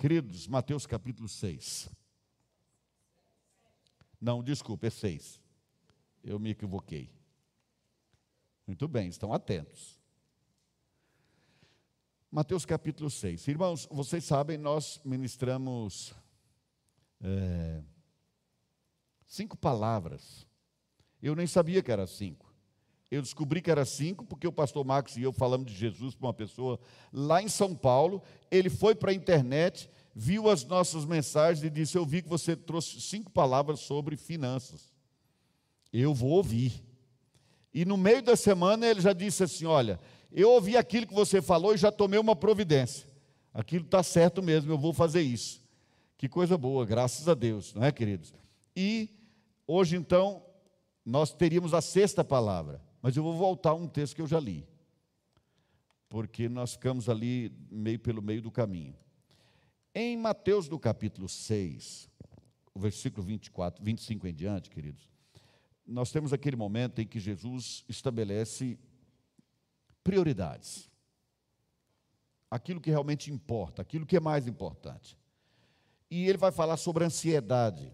Queridos, Mateus capítulo 6. Não, desculpa, é 6. Eu me equivoquei. Muito bem, estão atentos. Mateus capítulo 6. Irmãos, vocês sabem, nós ministramos 5 palavras. Eu nem sabia que era 5. Eu descobri que era 5 porque o pastor Marcos e eu falamos de Jesus para uma pessoa lá em São Paulo. Ele foi para a internet, viu as nossas mensagens e disse: eu vi que você trouxe 5 palavras sobre finanças. Eu vou ouvir. E no meio da semana ele já disse assim: olha, eu ouvi aquilo que você falou e já tomei uma providência. Aquilo está certo mesmo, eu vou fazer isso. Que coisa boa, graças a Deus, não é, queridos? E hoje, então, nós teríamos a 6ª palavra. Mas eu vou voltar a um texto que eu já li. Porque nós ficamos ali pelo meio do caminho. Em Mateus, do capítulo 6, o versículo 24, 25 em diante, queridos, nós temos aquele momento em que Jesus estabelece prioridades. Aquilo que realmente importa, aquilo que é mais importante. E ele vai falar sobre a ansiedade.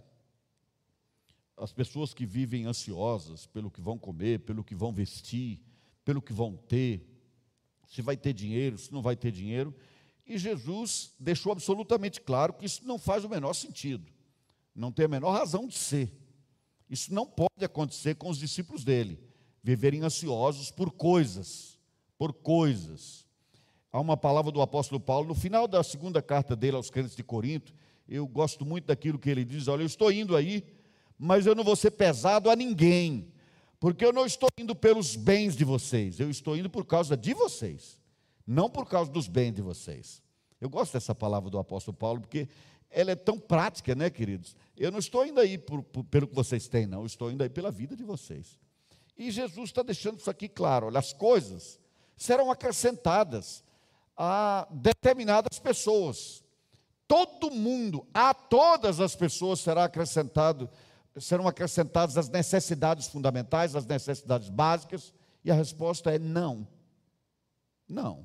As pessoas que vivem ansiosas pelo que vão comer, pelo que vão vestir, pelo que vão ter, se vai ter dinheiro, se não vai ter dinheiro. E Jesus deixou absolutamente claro que isso não faz o menor sentido, não tem a menor razão de ser. Isso não pode acontecer com os discípulos dele, viverem ansiosos por coisas, por coisas. Há uma palavra do apóstolo Paulo, no final da 2ª carta dele aos crentes de Corinto, eu gosto muito daquilo que ele diz: olha, eu estou indo aí, mas eu não vou ser pesado a ninguém, porque eu não estou indo pelos bens de vocês, eu estou indo por causa de vocês, não por causa dos bens de vocês. Eu gosto dessa palavra do apóstolo Paulo, porque ela é tão prática, né, queridos? Eu não estou indo aí pelo que vocês têm, não, eu estou indo aí pela vida de vocês. E Jesus está deixando isso aqui claro: olha, as coisas serão acrescentadas a determinadas pessoas. Todo mundo, a todas as pessoas serão acrescentadas as necessidades fundamentais, as necessidades básicas, e a resposta é não. Não.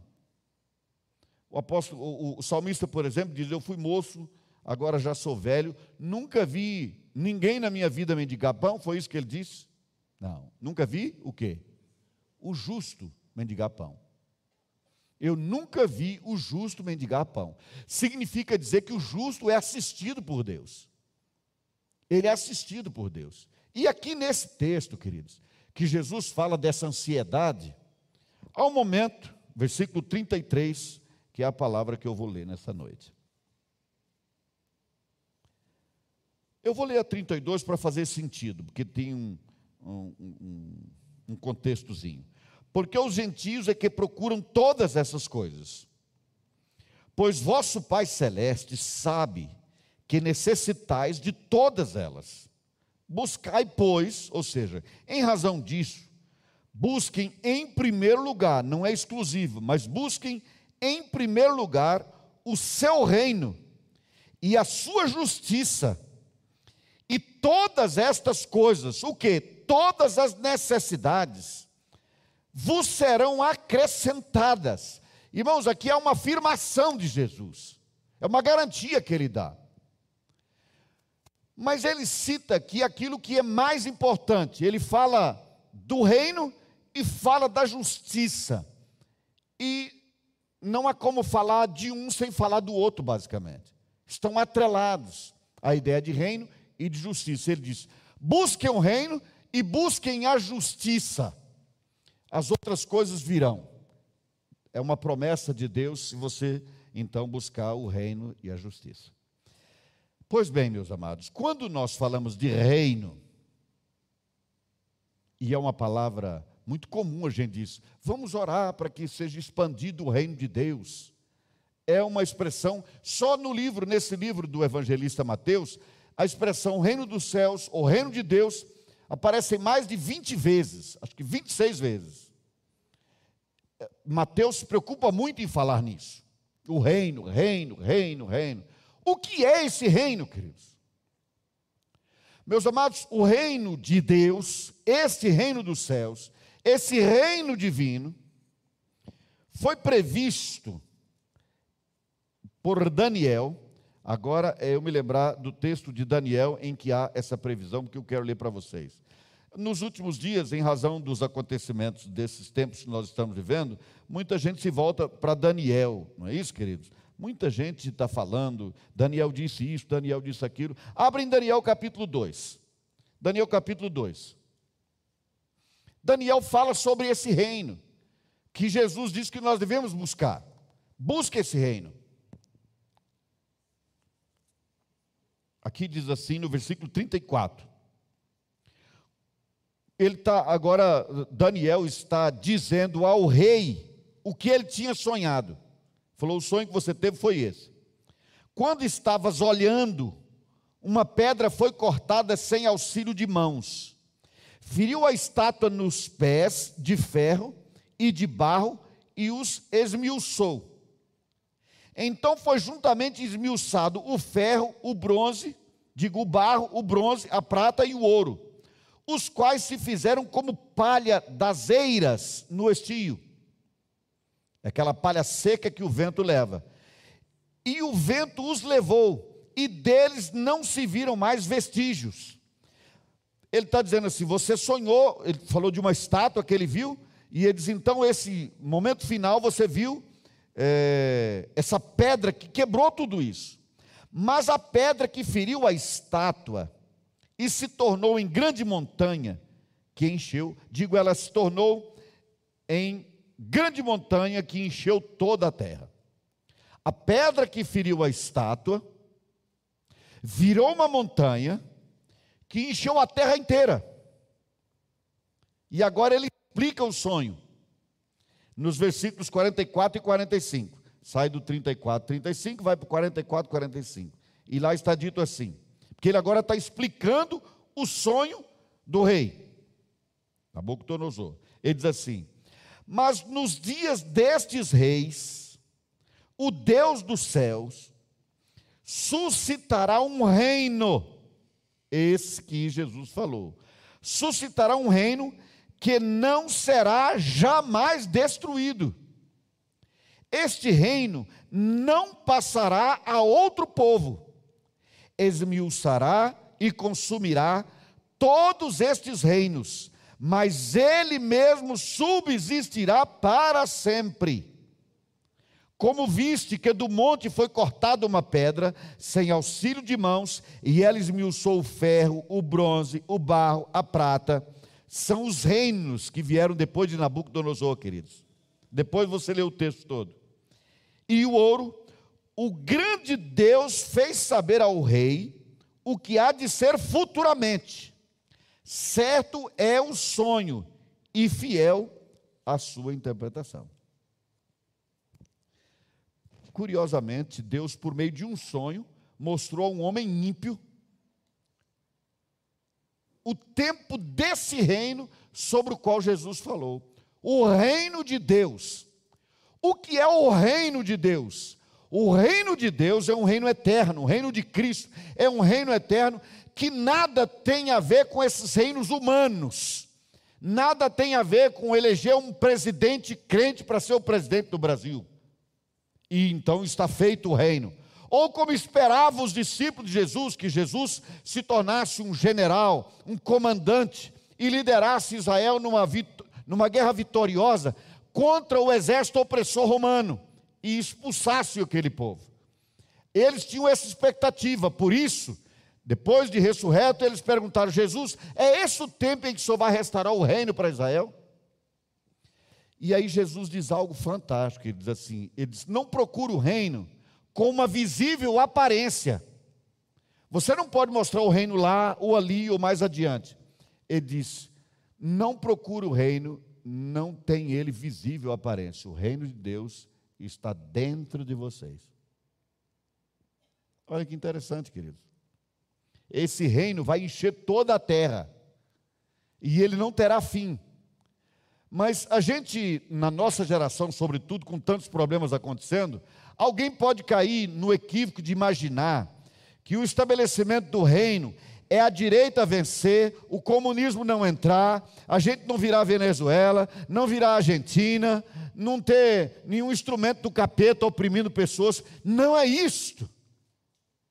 O salmista, por exemplo, diz: eu fui moço, agora já sou velho, nunca vi ninguém na minha vida mendigar pão. Foi isso que ele disse? Não. Nunca vi o quê? O justo mendigar pão. Eu nunca vi o justo mendigar pão. Significa dizer que o justo é assistido por Deus. Ele é assistido por Deus. E aqui nesse texto, queridos, que Jesus fala dessa ansiedade, há um momento, versículo 33, que é a palavra que eu vou ler nessa noite. Eu vou ler a 32 para fazer sentido, porque tem um contextozinho. Porque os gentios é que procuram todas essas coisas. Pois vosso Pai Celeste sabe que necessitais de todas elas. Buscai, pois, ou seja, em razão disso, busquem em primeiro lugar, não é exclusivo, mas busquem em primeiro lugar o seu reino e a sua justiça. E todas estas coisas, o quê? Todas as necessidades vos serão acrescentadas. Irmãos, aqui é uma afirmação de Jesus, é uma garantia que ele dá. Mas ele cita aqui aquilo que é mais importante. Ele fala do reino e fala da justiça. E não há como falar de um sem falar do outro, basicamente. Estão atrelados a ideia de reino e de justiça. Ele diz: busquem o reino e busquem a justiça. As outras coisas virão. É uma promessa de Deus se você, então, buscar o reino e a justiça. Pois bem, meus amados, quando nós falamos de reino, e é uma palavra muito comum, a gente diz: vamos orar para que seja expandido o reino de Deus. É uma expressão, só nesse livro do evangelista Mateus, a expressão reino dos céus, ou reino de Deus, aparece mais de 20 vezes, acho que 26 vezes. Mateus se preocupa muito em falar nisso. O reino, reino, reino, reino. O que é esse reino, queridos? Meus amados, o reino de Deus, esse reino dos céus, esse reino divino, foi previsto por Daniel agora é eu me lembrar do texto de Daniel em que há essa previsão que eu quero ler para vocês. Nos últimos dias, em razão dos acontecimentos desses tempos que nós estamos vivendo, muita gente se volta para Daniel, não é isso, queridos? Muita gente está falando, Daniel disse isso, Daniel disse aquilo. Abrem Daniel capítulo 2. Daniel capítulo 2. Daniel fala sobre esse reino, que Jesus disse que nós devemos buscar. Busca esse reino. Aqui diz assim no versículo 34. Daniel está dizendo ao rei o que ele tinha sonhado. Falou, o sonho que você teve foi esse. Quando estavas olhando, uma pedra foi cortada sem auxílio de mãos. Feriu a estátua nos pés de ferro e de barro e os esmiuçou. Então foi juntamente esmiuçado o ferro, o bronze, o barro, o bronze, a prata e o ouro, os quais se fizeram como palha das eiras no estio, aquela palha seca que o vento leva. E o vento os levou, e deles não se viram mais vestígios. Ele está dizendo assim, você sonhou, ele falou de uma estátua que ele viu, e ele diz, então esse momento final você viu essa pedra que quebrou tudo isso. Mas a pedra que feriu a estátua, e se tornou em grande montanha, que encheu, ela se tornou em grande montanha que encheu toda a terra. A pedra que feriu a estátua, virou uma montanha, que encheu a terra inteira. E agora ele explica o sonho, nos versículos 44 e 45, sai do 34, 35, vai para o 44, 45, e lá está dito assim, porque ele agora está explicando o sonho do rei, Nabucodonosor. Ele diz assim, mas nos dias destes reis, o Deus dos céus suscitará um reino, esse que Jesus falou, suscitará um reino que não será jamais destruído. Este reino não passará a outro povo, esmiuçará e consumirá todos estes reinos, mas ele mesmo subsistirá para sempre. Como viste que do monte foi cortada uma pedra, sem auxílio de mãos, e ela esmiuçou o ferro, o bronze, o barro, a prata, são os reinos que vieram depois de Nabucodonosor, queridos. Depois você lê o texto todo. E o ouro, o grande Deus fez saber ao rei o que há de ser futuramente. Certo é o sonho e fiel a sua interpretação. Curiosamente, Deus, por meio de um sonho, mostrou a um homem ímpio o tempo desse reino sobre o qual Jesus falou. O reino de Deus. O que é o reino de Deus? O reino de Deus é um reino eterno, o reino de Cristo é um reino eterno que nada tem a ver com esses reinos humanos, nada tem a ver com eleger um presidente crente para ser o presidente do Brasil, e então está feito o reino. Ou como esperavam os discípulos de Jesus, que Jesus se tornasse um general, um comandante, e liderasse Israel numa guerra vitoriosa contra o exército opressor romano, e expulsasse aquele povo. Eles tinham essa expectativa, por isso, depois de ressurreto, eles perguntaram, Jesus, é esse o tempo em que o Senhor vai restaurar o reino para Israel? E aí Jesus diz algo fantástico, ele diz assim, não procure o reino com uma visível aparência. Você não pode mostrar o reino lá, ou ali, ou mais adiante. Ele diz, não procure o reino, não tem ele visível aparência. O reino de Deus está dentro de vocês. Olha que interessante, queridos. Esse reino vai encher toda a terra, e ele não terá fim. Mas a gente, na nossa geração, sobretudo, com tantos problemas acontecendo, alguém pode cair no equívoco de imaginar que o estabelecimento do reino é a direita vencer, o comunismo não entrar, a gente não virar Venezuela, não virar Argentina, não ter nenhum instrumento do capeta oprimindo pessoas. Não é isto.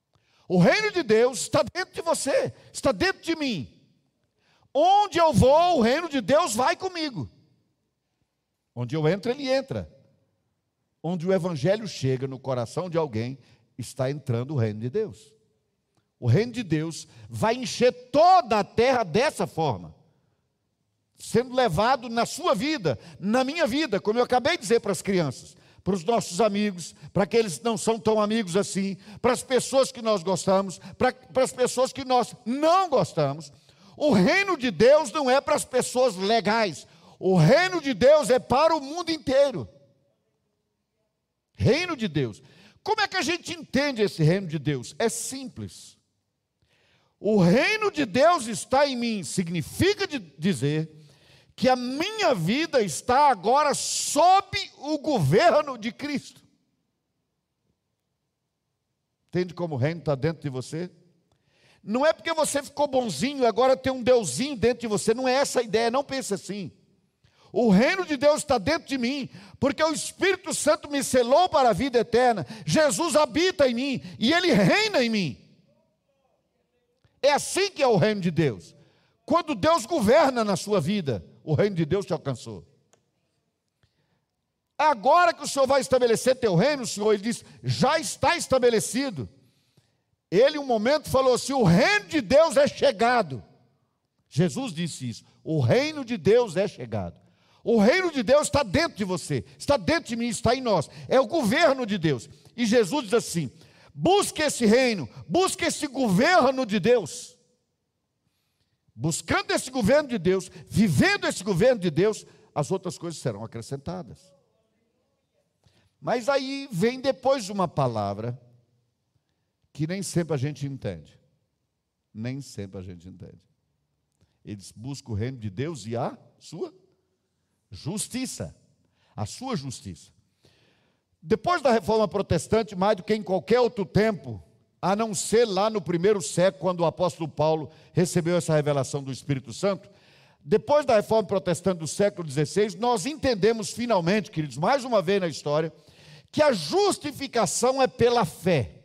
O reino de Deus está dentro de você, está dentro de mim. Onde eu vou, o reino de Deus vai comigo. Onde eu entro, ele entra. Onde o evangelho chega no coração de alguém, está entrando o reino de Deus. O reino de Deus vai encher toda a terra dessa forma, sendo levado na sua vida, na minha vida, como eu acabei de dizer para as crianças, para os nossos amigos, para aqueles que não são tão amigos assim, para as pessoas que nós gostamos, para as pessoas que nós não gostamos. O reino de Deus não é para as pessoas legais, o reino de Deus é para o mundo inteiro. Reino de Deus. Como é que a gente entende esse reino de Deus? É simples. O reino de Deus está em mim, significa dizer que a minha vida está agora sob o governo de Cristo. Entende como o reino está dentro de você? Não é porque você ficou bonzinho, agora tem um Deusinho dentro de você, não é essa a ideia, não pense assim. O reino de Deus está dentro de mim, porque o Espírito Santo me selou para a vida eterna. Jesus habita em mim e Ele reina em mim. É assim que é o reino de Deus. Quando Deus governa na sua vida, o reino de Deus te alcançou. Agora que o Senhor vai estabelecer teu reino, o Senhor, Ele diz, já está estabelecido. Ele, um momento, falou assim, o reino de Deus é chegado. Jesus disse isso, o reino de Deus é chegado. O reino de Deus está dentro de você, está dentro de mim, está em nós. É o governo de Deus. E Jesus diz assim, busque esse reino, busque esse governo de Deus. Buscando esse governo de Deus, vivendo esse governo de Deus, as outras coisas serão acrescentadas. Mas aí vem depois uma palavra que nem sempre a gente entende. Nem sempre a gente entende. Ele diz, busca o reino de Deus e a sua justiça. A sua justiça. Depois da reforma protestante, mais do que em qualquer outro tempo, a não ser lá no primeiro século, quando o apóstolo Paulo recebeu essa revelação do Espírito Santo, depois da reforma protestante do século XVI, nós entendemos finalmente, queridos, mais uma vez na história, que a justificação é pela fé.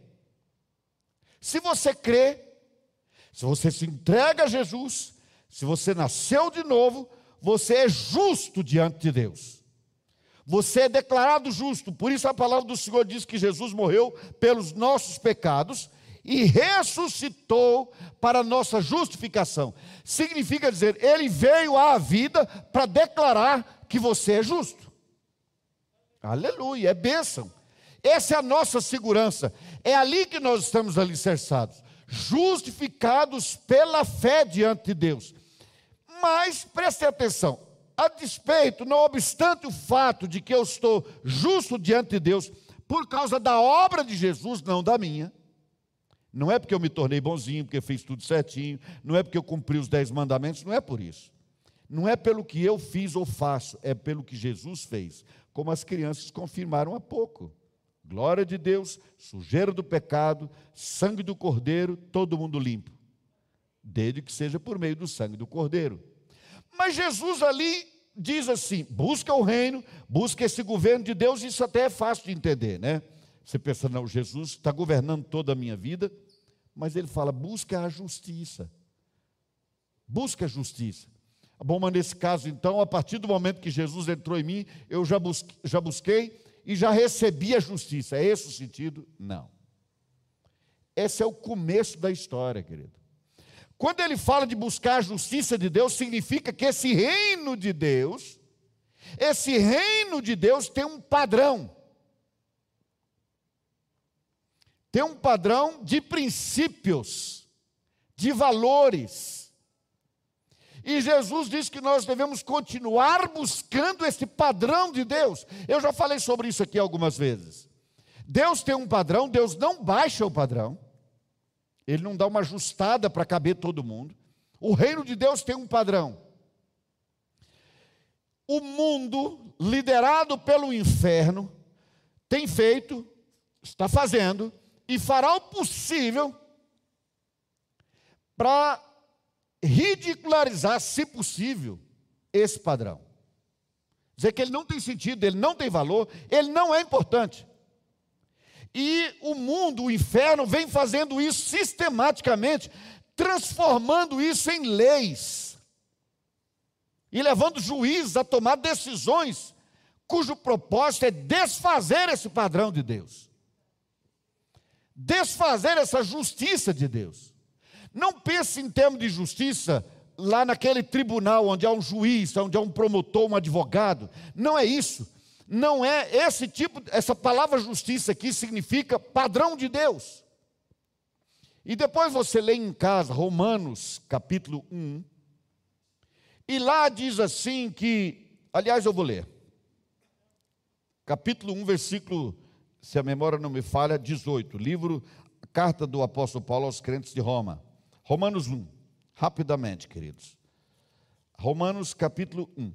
Se você crê, se você se entrega a Jesus, se você nasceu de novo, você é justo diante de Deus. Você é declarado justo. Por isso a palavra do Senhor diz que Jesus morreu pelos nossos pecados e ressuscitou para a nossa justificação. Significa dizer, Ele veio à vida para declarar que você é justo. Aleluia, é bênção. Essa é a nossa segurança. É ali que nós estamos alicerçados. Justificados pela fé diante de Deus. Mas, preste atenção, a despeito, não obstante o fato de que eu estou justo diante de Deus, por causa da obra de Jesus, não da minha, não é porque eu me tornei bonzinho, porque fiz tudo certinho, não é porque eu cumpri os 10 mandamentos, não é por isso. Não é pelo que eu fiz ou faço, é pelo que Jesus fez, como as crianças confirmaram há pouco. Glória de Deus, sujeira do pecado, sangue do Cordeiro, todo mundo limpo. Desde que seja por meio do sangue do Cordeiro. Mas Jesus ali diz assim, busca o reino, busca esse governo de Deus, isso até é fácil de entender, né? Você pensa, não, Jesus está governando toda a minha vida, mas ele fala, busca a justiça. Busca a justiça. Bom, mas nesse caso então, a partir do momento que Jesus entrou em mim, eu já busquei e já recebi a justiça. É esse o sentido? Não. Esse é o começo da história, querido. Quando ele fala de buscar a justiça de Deus, significa que esse reino de Deus tem um padrão. Tem um padrão de princípios, de valores. E Jesus diz que nós devemos continuar buscando esse padrão de Deus. Eu já falei sobre isso aqui algumas vezes. Deus tem um padrão, Deus não baixa o padrão. Ele não dá uma ajustada para caber todo mundo. O reino de Deus tem um padrão. O mundo, liderado pelo inferno, tem feito, está fazendo, e fará o possível para ridicularizar, se possível, esse padrão. Dizer que ele não tem sentido, ele não tem valor, ele não é importante. E o mundo, o inferno, vem fazendo isso sistematicamente, transformando isso em leis e levando juízes a tomar decisões cujo propósito é desfazer esse padrão de Deus, desfazer essa justiça de Deus. Não pense em termos de justiça lá naquele tribunal onde há um juiz, onde há um promotor, um advogado. Não é isso. Não é esse tipo, essa palavra justiça aqui significa padrão de Deus. E depois você lê em casa Romanos capítulo 1, e lá diz assim que, aliás eu vou ler, capítulo 1, versículo, se a memória não me falha, 18, livro, carta do apóstolo Paulo aos crentes de Roma, Romanos 1, rapidamente, queridos, Romanos capítulo 1,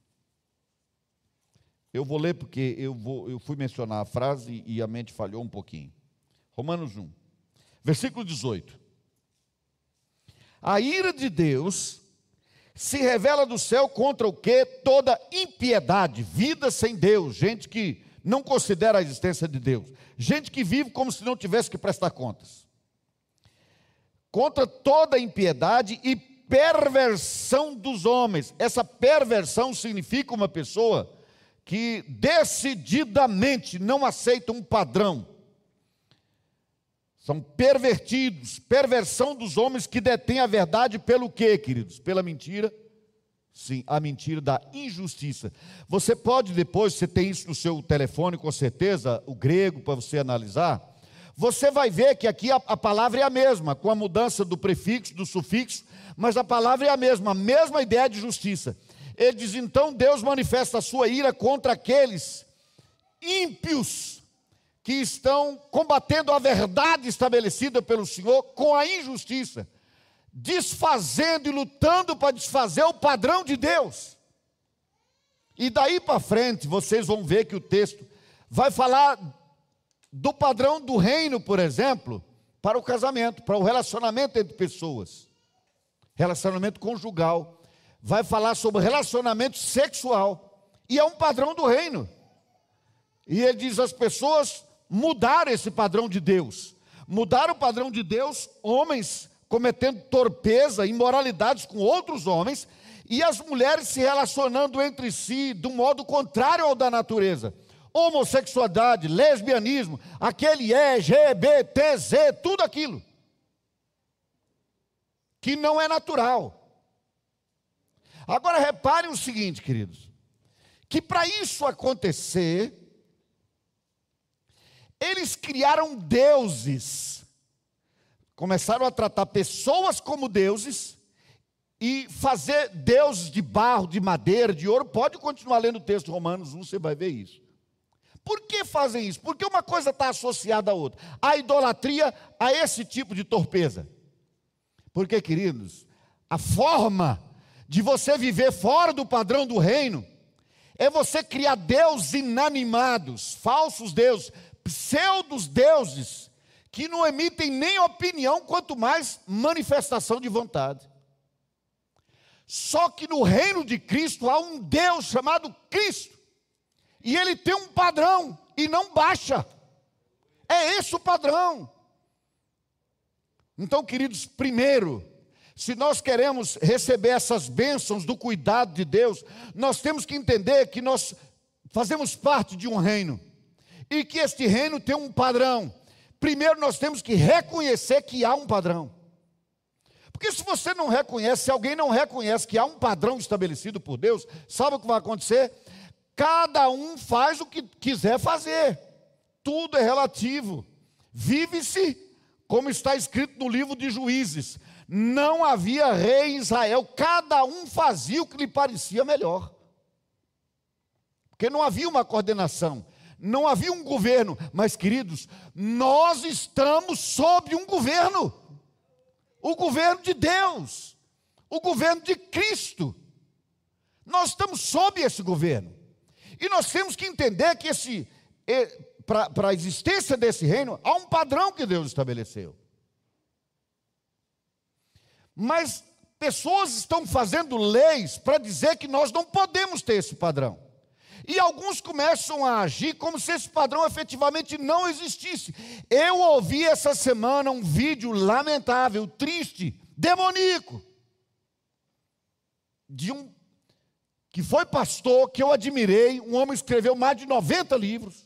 eu vou ler porque eu fui mencionar a frase e a mente falhou um pouquinho, Romanos 1, versículo 18, a ira de Deus se revela do céu contra o quê? Toda impiedade, vida sem Deus, gente que não considera a existência de Deus, gente que vive como se não tivesse que prestar contas, contra toda impiedade e perversão dos homens. Essa perversão significa uma pessoa que decididamente não aceita um padrão, são pervertidos, perversão dos homens que detêm a verdade pelo quê, queridos? Pela mentira? Sim, a mentira da injustiça. Você pode depois, você tem isso no seu telefone com certeza, o grego para você analisar, você vai ver que aqui a palavra é a mesma, com a mudança do prefixo, do sufixo, mas a palavra é a mesma ideia de justiça. Ele diz, então Deus manifesta a sua ira contra aqueles ímpios, que estão combatendo a verdade estabelecida pelo Senhor com a injustiça, desfazendo e lutando para desfazer o padrão de Deus. E daí para frente, vocês vão ver que o texto vai falar do padrão do reino, por exemplo, para o casamento, para o relacionamento entre pessoas, relacionamento conjugal, vai falar sobre relacionamento sexual, e é um padrão do reino. E ele diz, as pessoas mudaram esse padrão de Deus, mudaram o padrão de Deus, homens cometendo torpeza, imoralidades com outros homens, e as mulheres se relacionando entre si de um modo contrário ao da natureza, homossexualidade, lesbianismo, aquele LGBT, tudo aquilo, que não é natural. Agora reparem o seguinte, queridos, que para isso acontecer, eles criaram deuses, começaram a tratar pessoas como deuses, e fazer deuses de barro, de madeira, de ouro. Pode continuar lendo o texto de Romanos 1, você vai ver isso. Por que fazem isso? Porque uma coisa está associada à outra, a idolatria, a esse tipo de torpeza. Porque, queridos, a forma de você viver fora do padrão do reino, é você criar deuses inanimados, falsos deuses, pseudos deuses, que não emitem nem opinião, quanto mais manifestação de vontade. Só que no reino de Cristo há um Deus chamado Cristo, e ele tem um padrão, e não baixa, é esse o padrão. Então, queridos, primeiro, se nós queremos receber essas bênçãos do cuidado de Deus, nós temos que entender que nós fazemos parte de um reino, e que este reino tem um padrão. Primeiro nós temos que reconhecer que há um padrão. Porque se você não reconhece, se alguém não reconhece que há um padrão estabelecido por Deus, sabe o que vai acontecer? Cada um faz o que quiser fazer. Tudo é relativo. Vive-se, como está escrito no livro de Juízes. Não havia rei em Israel, cada um fazia o que lhe parecia melhor. Porque não havia uma coordenação, não havia um governo. Mas, queridos, nós estamos sob um governo. O governo de Deus, o governo de Cristo. Nós estamos sob esse governo. E nós temos que entender que para a existência desse reino, há um padrão que Deus estabeleceu. Mas pessoas estão fazendo leis para dizer que nós não podemos ter esse padrão. E alguns começam a agir como se esse padrão efetivamente não existisse. Eu ouvi essa semana um vídeo lamentável, triste, demoníaco, de um que foi pastor, que eu admirei, um homem que escreveu mais de 90 livros.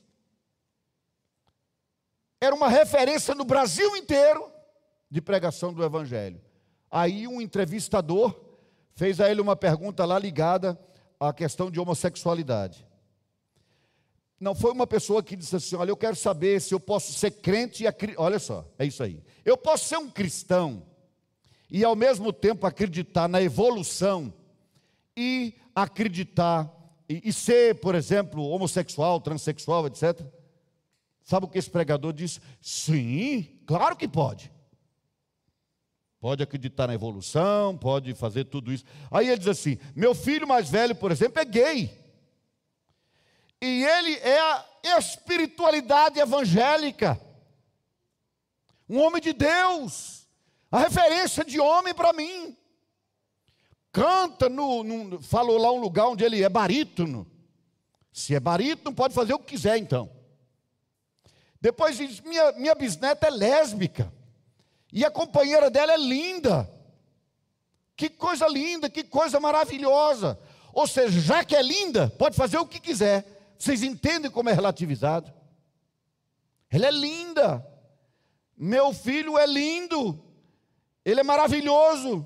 Era uma referência no Brasil inteiro de pregação do Evangelho. Aí um entrevistador fez a ele uma pergunta lá ligada à questão de homossexualidade. Não foi uma pessoa que disse assim: olha, eu quero saber se eu posso ser crente e olha só, é isso aí. Eu posso ser um cristão e ao mesmo tempo acreditar na evolução e acreditar e ser, por exemplo, homossexual, transexual, etc. Sabe o que esse pregador disse? Sim, claro que pode. Pode acreditar na evolução, pode fazer tudo isso. Aí ele diz assim: meu filho mais velho, por exemplo, é gay. E ele é a espiritualidade evangélica. Um homem de Deus. A referência de homem para mim. Canta, falou lá um lugar onde ele é barítono. Se é barítono, pode fazer o que quiser então. Depois diz: minha bisneta é lésbica. E a companheira dela é linda. Que coisa linda, que coisa maravilhosa. Ou seja, já que é linda, pode fazer o que quiser. Vocês entendem como é relativizado? Ela é linda. Meu filho é lindo. Ele é maravilhoso.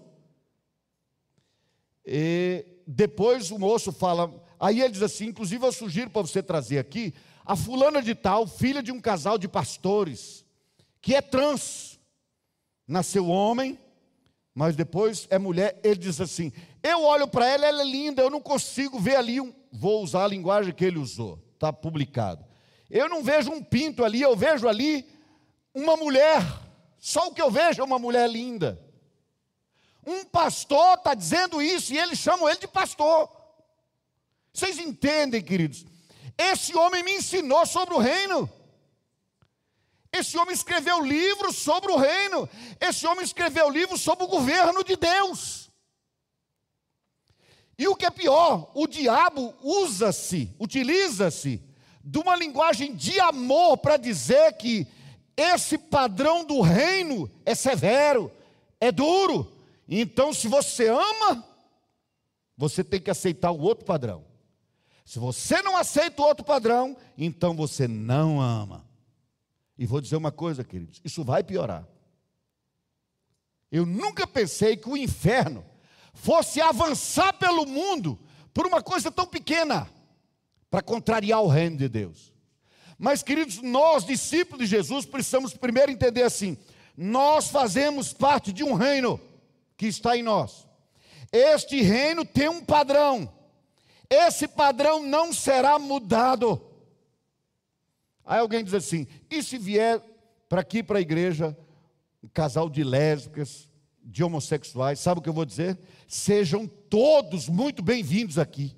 E depois o moço fala, aí ele diz assim: inclusive eu sugiro para você trazer aqui a fulana de tal, filha de um casal de pastores, que é trans. Nasceu homem, mas depois é mulher. Ele diz assim: eu olho para ela, ela é linda, eu não consigo ver ali vou usar a linguagem que ele usou, está publicado. Eu não vejo um pinto ali, eu vejo ali uma mulher. Só o que eu vejo é uma mulher linda. Um pastor está dizendo isso e eles chamam ele de pastor. Vocês entendem, queridos? Esse homem me ensinou sobre o reino. Esse homem escreveu livros sobre o reino. Esse homem escreveu livros sobre o governo de Deus. E o que é pior, o diabo utiliza-se de uma linguagem de amor para dizer que esse padrão do reino é severo, é duro. Então, se você ama, você tem que aceitar o outro padrão. Se você não aceita o outro padrão, então você não ama. E vou dizer uma coisa, queridos, isso vai piorar. Eu nunca pensei que o inferno fosse avançar pelo mundo por uma coisa tão pequena, para contrariar o reino de Deus. Mas, queridos, nós, discípulos de Jesus, precisamos primeiro entender assim: nós fazemos parte de um reino que está em nós. Este reino tem um padrão. Esse padrão não será mudado. Aí alguém diz assim: e se vier para aqui, para a igreja, um casal de lésbicas, de homossexuais? Sabe o que eu vou dizer? Sejam todos muito bem-vindos aqui.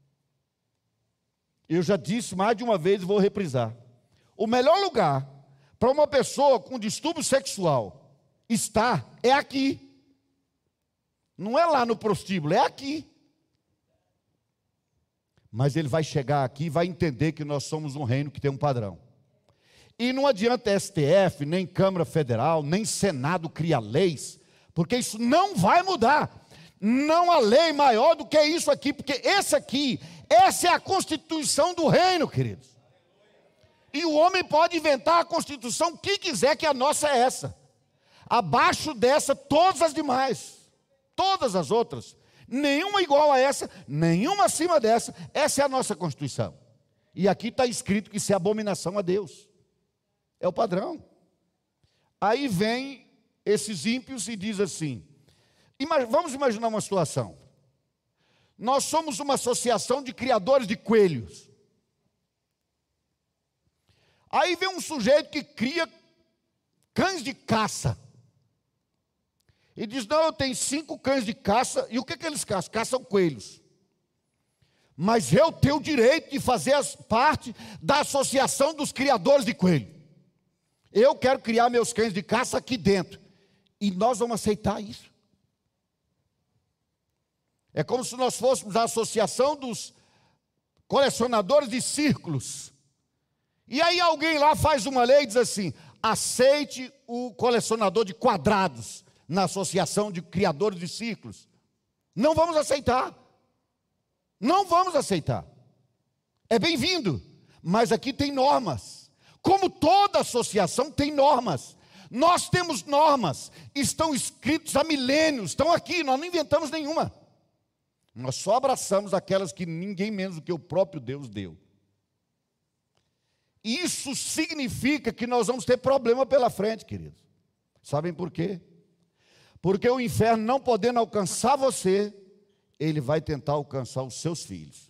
Eu já disse mais de uma vez e vou reprisar: o melhor lugar para uma pessoa com distúrbio sexual estar é aqui. Não é lá no prostíbulo, é aqui. Mas ele vai chegar aqui e vai entender que nós somos um reino que tem um padrão. E não adianta STF, nem Câmara Federal, nem Senado criar leis, porque isso não vai mudar. Não há lei maior do que isso aqui, porque essa é a Constituição do reino, queridos. E o homem pode inventar a Constituição que quiser, que a nossa é essa. Abaixo dessa, todas as demais. Todas as outras. Nenhuma igual a essa, nenhuma acima dessa. Essa é a nossa Constituição. E aqui está escrito que isso é abominação a Deus. É o padrão. Aí vem esses ímpios e diz assim: vamos imaginar uma situação. Nós somos uma associação de criadores de coelhos. Aí vem um sujeito que cria cães de caça. E diz: não, eu tenho 5 cães de caça. E o que eles caçam? Caçam coelhos. Mas eu tenho o direito de fazer parte da associação dos criadores de coelho. Eu quero criar meus cães de caça aqui dentro. E nós vamos aceitar isso. É como se nós fôssemos a associação dos colecionadores de círculos. E aí alguém lá faz uma lei e diz assim: aceite o colecionador de quadrados na associação de criadores de círculos. Não vamos aceitar. Não vamos aceitar. É bem-vindo, mas aqui tem normas. Como toda associação tem normas. Nós temos normas, estão escritos há milênios, estão aqui, nós não inventamos nenhuma. Nós só abraçamos aquelas que ninguém menos do que o próprio Deus deu. Isso significa que nós vamos ter problema pela frente, queridos. Sabem por quê? Porque o inferno, não podendo alcançar você, ele vai tentar alcançar os seus filhos.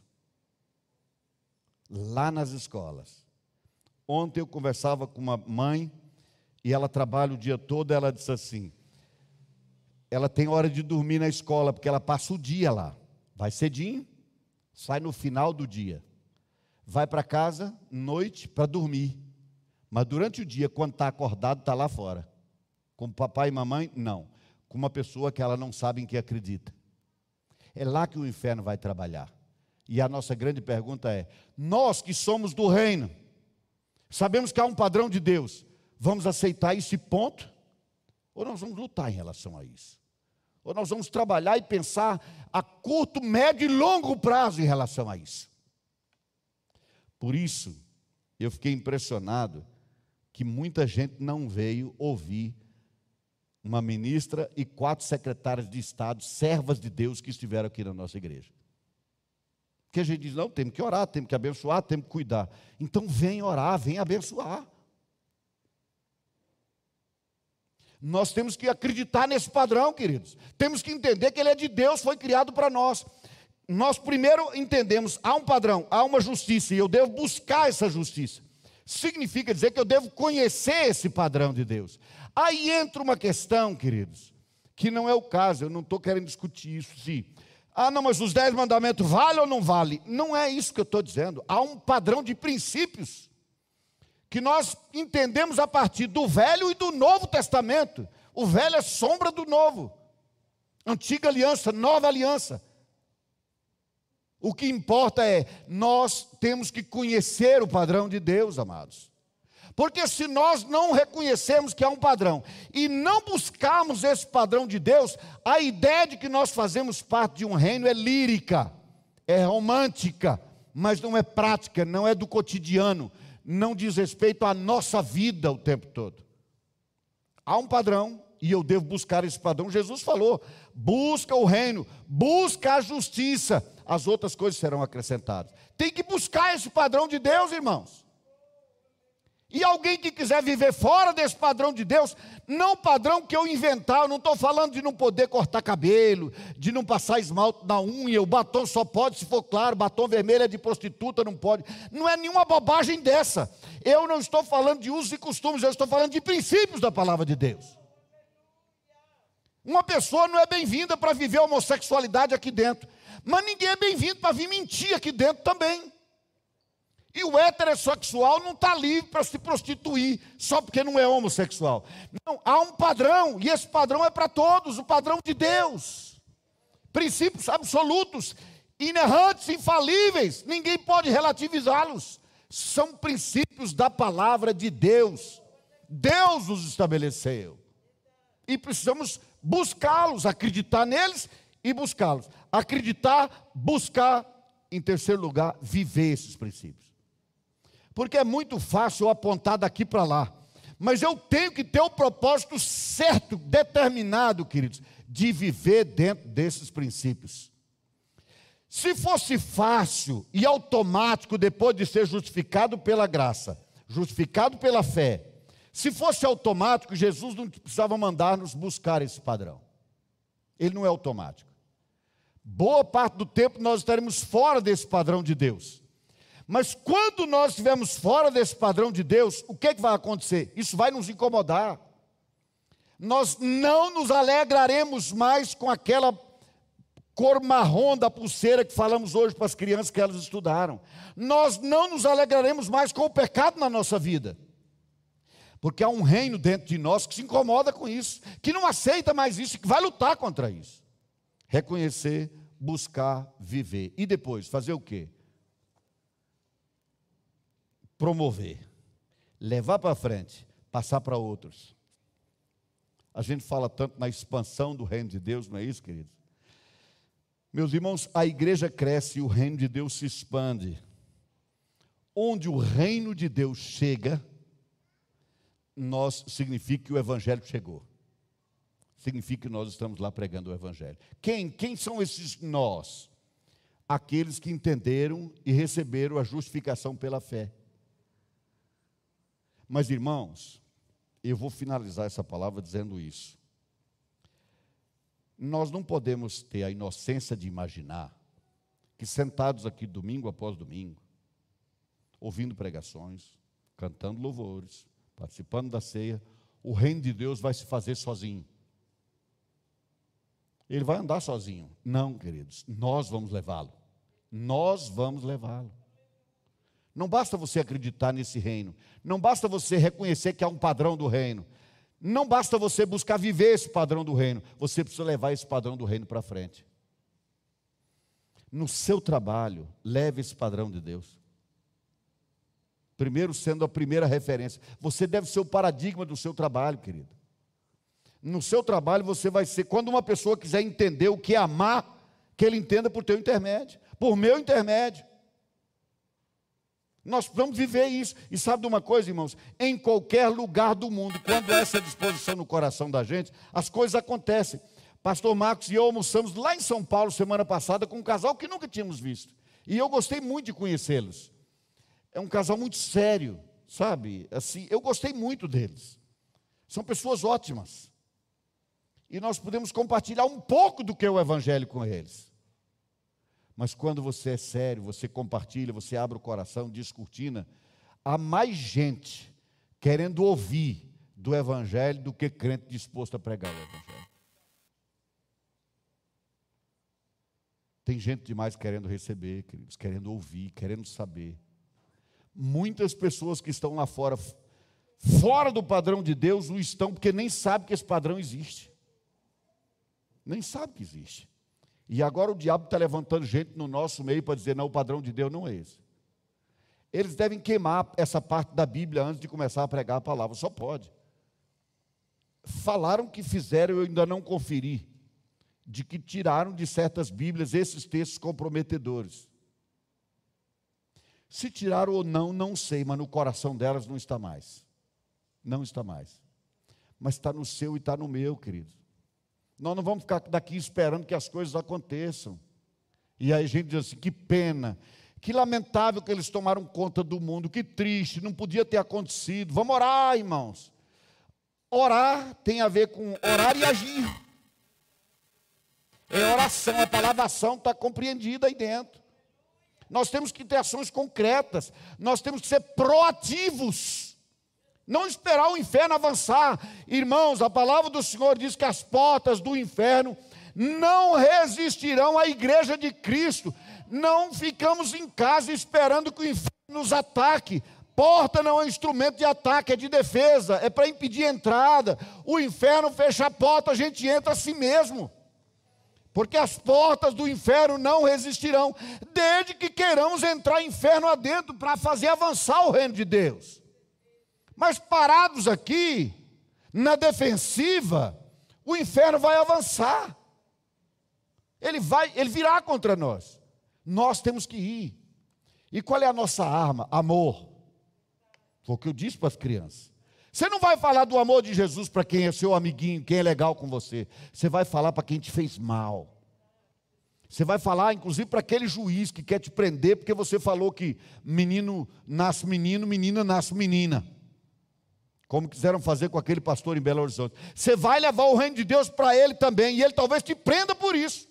Lá nas escolas. Ontem eu conversava com uma mãe, e ela trabalha o dia todo, ela disse assim, ela tem hora de dormir na escola, porque ela passa o dia lá. Vai cedinho, sai no final do dia. Vai para casa, noite, para dormir. Mas durante o dia, quando está acordado, está lá fora. Com papai e mamãe, não. Com uma pessoa que ela não sabe em que acredita. É lá que o inferno vai trabalhar. E a nossa grande pergunta é, nós que somos do reino, sabemos que há um padrão de Deus, vamos aceitar esse ponto? Ou nós vamos lutar em relação a isso? Ou nós vamos trabalhar e pensar a curto, médio e longo prazo em relação a isso? Por isso, eu fiquei impressionado que muita gente não veio ouvir uma ministra e 4 secretárias de Estado, servas de Deus que estiveram aqui na nossa igreja. Porque a gente diz, não, temos que orar, temos que abençoar, temos que cuidar. Então vem orar, vem abençoar. Nós temos que acreditar nesse padrão, queridos. Temos que entender que ele é de Deus, foi criado para nós. Nós primeiro entendemos, há um padrão, há uma justiça, e eu devo buscar essa justiça. Significa dizer que eu devo conhecer esse padrão de Deus. Aí entra uma questão, queridos, que não é o caso, eu não estou querendo discutir isso, sim. Não, mas os 10 mandamentos valem ou não valem? Não é isso que eu estou dizendo. Há um padrão de princípios que nós entendemos a partir do Velho e do Novo Testamento. O Velho é sombra do Novo. Antiga aliança, nova aliança. O que importa é, nós temos que conhecer o padrão de Deus, amados. Porque se nós não reconhecermos que há um padrão e não buscarmos esse padrão de Deus, a ideia de que nós fazemos parte de um reino é lírica, é romântica, mas não é prática, não é do cotidiano, não diz respeito à nossa vida o tempo todo. Há um padrão e eu devo buscar esse padrão. Jesus falou, busca o reino, busca a justiça, as outras coisas serão acrescentadas. Tem que buscar esse padrão de Deus, irmãos. E alguém que quiser viver fora desse padrão de Deus, não o padrão que eu inventar, eu não estou falando de não poder cortar cabelo, de não passar esmalte na unha, o batom só pode se for claro, batom vermelho é de prostituta, não pode. Não é nenhuma bobagem dessa. Eu não estou falando de usos e costumes, eu estou falando de princípios da palavra de Deus. Uma pessoa não é bem-vinda para viver a homossexualidade aqui dentro, mas ninguém é bem-vindo para vir mentir aqui dentro também. E o heterossexual não está livre para se prostituir só porque não é homossexual. Não, há um padrão, e esse padrão é para todos, o padrão de Deus. Princípios absolutos, inerrantes, infalíveis, ninguém pode relativizá-los. São princípios da palavra de Deus. Deus os estabeleceu. E precisamos buscá-los, acreditar neles e buscá-los. Acreditar, buscar, em terceiro lugar, viver esses princípios. Porque é muito fácil eu apontar daqui para lá. Mas eu tenho que ter o propósito certo, determinado, queridos, de viver dentro desses princípios. Se fosse fácil e automático, depois de ser justificado pela graça, justificado pela fé, se fosse automático, Jesus não precisava mandar-nos buscar esse padrão. Ele não é automático. Boa parte do tempo nós estaremos fora desse padrão de Deus. Mas quando nós estivermos fora desse padrão de Deus, o que vai acontecer? Isso vai nos incomodar. Nós não nos alegraremos mais com aquela cor marrom da pulseira que falamos hoje para as crianças que elas estudaram. Nós não nos alegraremos mais com o pecado na nossa vida. Porque há um reino dentro de nós que se incomoda com isso, que não aceita mais isso, que vai lutar contra isso. Reconhecer, buscar, viver. E depois, fazer o quê? promover, levar para frente, passar para outros. A gente fala tanto na expansão do reino de Deus, não é isso, queridos? Meus irmãos, a igreja cresce e o reino de Deus se expande. Onde o reino de Deus chega, significa que o evangelho chegou. Significa que nós estamos lá pregando o evangelho. Quem são esses nós? Aqueles que entenderam e receberam a justificação pela fé. Mas, irmãos, eu vou finalizar essa palavra dizendo isso. Nós não podemos ter a inocência de imaginar que sentados aqui domingo após domingo, ouvindo pregações, cantando louvores, participando da ceia, o reino de Deus vai se fazer sozinho. Ele vai andar sozinho. Não, queridos, nós vamos levá-lo. Nós vamos levá-lo. Não basta você acreditar nesse reino. Não basta você reconhecer que há um padrão do reino. Não basta você buscar viver esse padrão do reino. Você precisa levar esse padrão do reino para frente. No seu trabalho, leve esse padrão de Deus. Primeiro, sendo a primeira referência. Você deve ser o paradigma do seu trabalho, querido. No seu trabalho você vai ser, quando uma pessoa quiser entender o que é amar, que ele entenda por teu intermédio, por meu intermédio. Nós precisamos viver isso. E sabe de uma coisa, irmãos? Em qualquer lugar do mundo, quando há essa disposição no coração da gente, as coisas acontecem. Pastor Marcos e eu almoçamos lá em São Paulo semana passada com um casal que nunca tínhamos visto. E eu gostei muito de conhecê-los. É um casal muito sério, sabe? Assim, eu gostei muito deles. São pessoas ótimas. E nós podemos compartilhar um pouco do que é o evangelho com eles. Mas quando você é sério, você compartilha, você abre o coração, descortina, há mais gente querendo ouvir do evangelho do que crente disposto a pregar o evangelho. Tem gente demais querendo receber, queridos, querendo ouvir, querendo saber. Muitas pessoas que estão lá fora, fora do padrão de Deus, o estão porque nem sabem que esse padrão existe. Nem sabem que existe. E agora o diabo está levantando gente no nosso meio para dizer, não, o padrão de Deus não é esse. Eles devem queimar essa parte da Bíblia antes de começar a pregar a palavra, só pode. Falaram que fizeram, eu ainda não conferi, de que tiraram de certas Bíblias esses textos comprometedores. Se tiraram ou não, não sei, mas no coração delas não está mais. Não está mais. Mas está no seu e está no meu, querido. Nós não vamos ficar daqui esperando que as coisas aconteçam. E aí a gente diz assim, que pena, que lamentável que eles tomaram conta do mundo, que triste, não podia ter acontecido. Vamos orar, irmãos. Orar tem a ver com orar e agir. É oração, a palavra ação está compreendida aí dentro. Nós temos que ter ações concretas, nós temos que ser proativos. Não esperar o inferno avançar. Irmãos, a palavra do Senhor diz que as portas do inferno não resistirão à igreja de Cristo. Não ficamos em casa esperando que o inferno nos ataque. Porta não é um instrumento de ataque, é de defesa, é para impedir a entrada. O inferno fecha a porta, a gente entra a si mesmo. Porque as portas do inferno não resistirão, desde que queiramos entrar inferno adentro para fazer avançar o reino de Deus. Mas parados aqui, na defensiva, o inferno vai avançar. Ele virá contra nós. Nós temos que ir. E qual é a nossa arma? Amor. Foi o que eu disse para as crianças. Você não vai falar do amor de Jesus para quem é seu amiguinho, quem é legal com você. Você vai falar para quem te fez mal. Você vai falar, inclusive, para aquele juiz que quer te prender, porque você falou que menino nasce menino, menina nasce menina. Como quiseram fazer com aquele pastor em Belo Horizonte. Você vai levar o reino de Deus para ele também, e ele talvez te prenda por isso.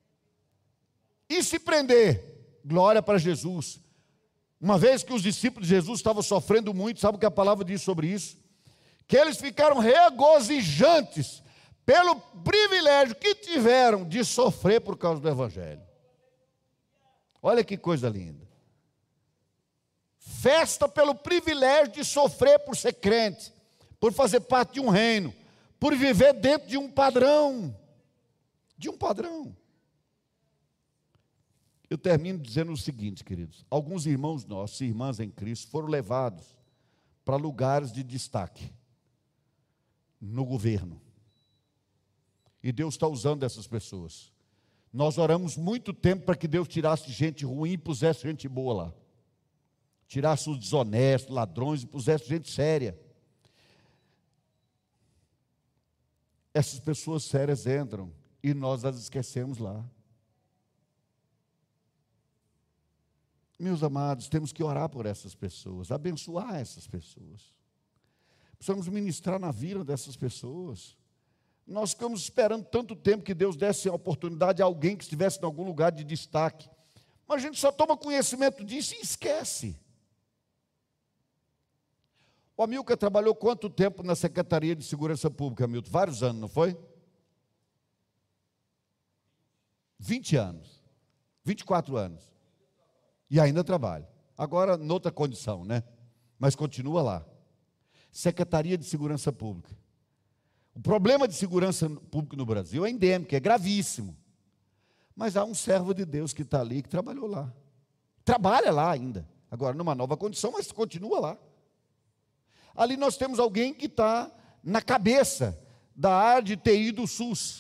E se prender, glória para Jesus. Uma vez que os discípulos de Jesus estavam sofrendo muito, sabe o que a palavra diz sobre isso? Que eles ficaram regozijantes pelo privilégio que tiveram de sofrer por causa do evangelho. Olha que coisa linda. Festa pelo privilégio de sofrer por ser crente, por fazer parte de um reino, por viver dentro de um padrão. De um padrão. Eu termino dizendo o seguinte, queridos: alguns irmãos nossos, irmãs em Cristo, foram levados para lugares de destaque no governo. E Deus está usando essas pessoas. Nós oramos muito tempo para que Deus tirasse gente ruim e pusesse gente boa lá. Tirasse os desonestos, ladrões e pusesse gente séria. Essas pessoas sérias entram e nós as esquecemos lá. Meus amados, temos que orar por essas pessoas, abençoar essas pessoas. Precisamos ministrar na vida dessas pessoas. Nós ficamos esperando tanto tempo que Deus desse a oportunidade a alguém que estivesse em algum lugar de destaque. Mas a gente só toma conhecimento disso e esquece. O Amilcar trabalhou quanto tempo na Secretaria de Segurança Pública, Hamilton? Vários anos, não foi? 20 anos. 24 anos. E ainda trabalha. Agora, noutra condição, né? Mas continua lá. Secretaria de Segurança Pública. O problema de segurança pública no Brasil é endêmico, é gravíssimo. Mas há um servo de Deus que está ali, que trabalhou lá. Trabalha lá ainda. Agora, numa nova condição, mas continua lá. Ali nós temos alguém que está na cabeça da área de TI do SUS.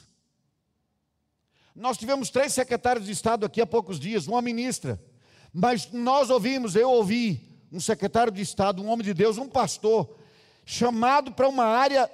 Nós tivemos 3 secretários de Estado aqui há poucos dias, uma ministra. Mas eu ouvi um secretário de Estado, um homem de Deus, um pastor, chamado para uma área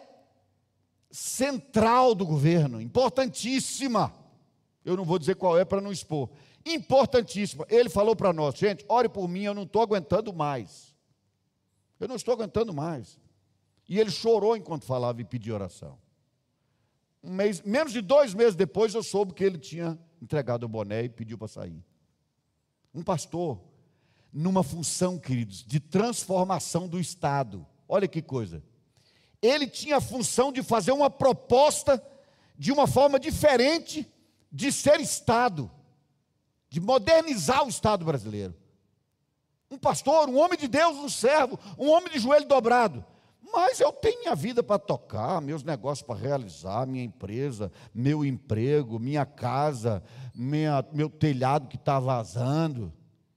central do governo, importantíssima. Eu não vou dizer qual é para não expor. Importantíssima. Ele falou para nós: gente, ore por mim, eu não estou aguentando mais. Eu não estou aguentando mais. E ele chorou enquanto falava e pedia oração. Menos de 2 meses depois, eu soube que ele tinha entregado o boné e pediu para sair. Um pastor, numa função, queridos, de transformação do Estado. Olha que coisa. Ele tinha a função de fazer uma proposta de uma forma diferente de ser Estado, de modernizar o Estado brasileiro. Um pastor, um homem de Deus, um servo, um homem de joelho dobrado. Mas eu tenho minha vida para tocar, meus negócios para realizar, minha empresa, meu emprego, minha casa, meu telhado que está vazando.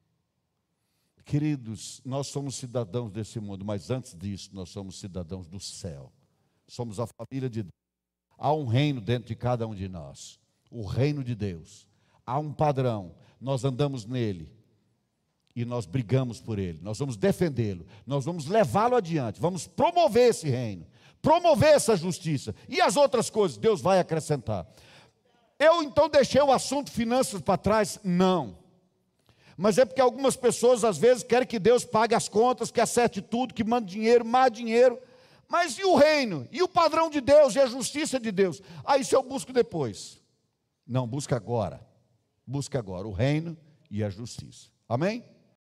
Queridos, nós somos cidadãos desse mundo, mas antes disso, nós somos cidadãos do céu. Somos a família de Deus. Há um reino dentro de cada um de nós. O reino de Deus. Há um padrão, nós andamos nele. E nós brigamos por ele, nós vamos defendê-lo, nós vamos levá-lo adiante, vamos promover esse reino, promover essa justiça, e as outras coisas Deus vai acrescentar. Eu então deixei o assunto finanças para trás? Não, mas é porque algumas pessoas às vezes querem que Deus pague as contas, que acerte tudo, que mande dinheiro, mais dinheiro, mas e o reino, e o padrão de Deus, e a justiça de Deus? Aí isso eu busco depois. Não, busca agora o reino e a justiça, amém?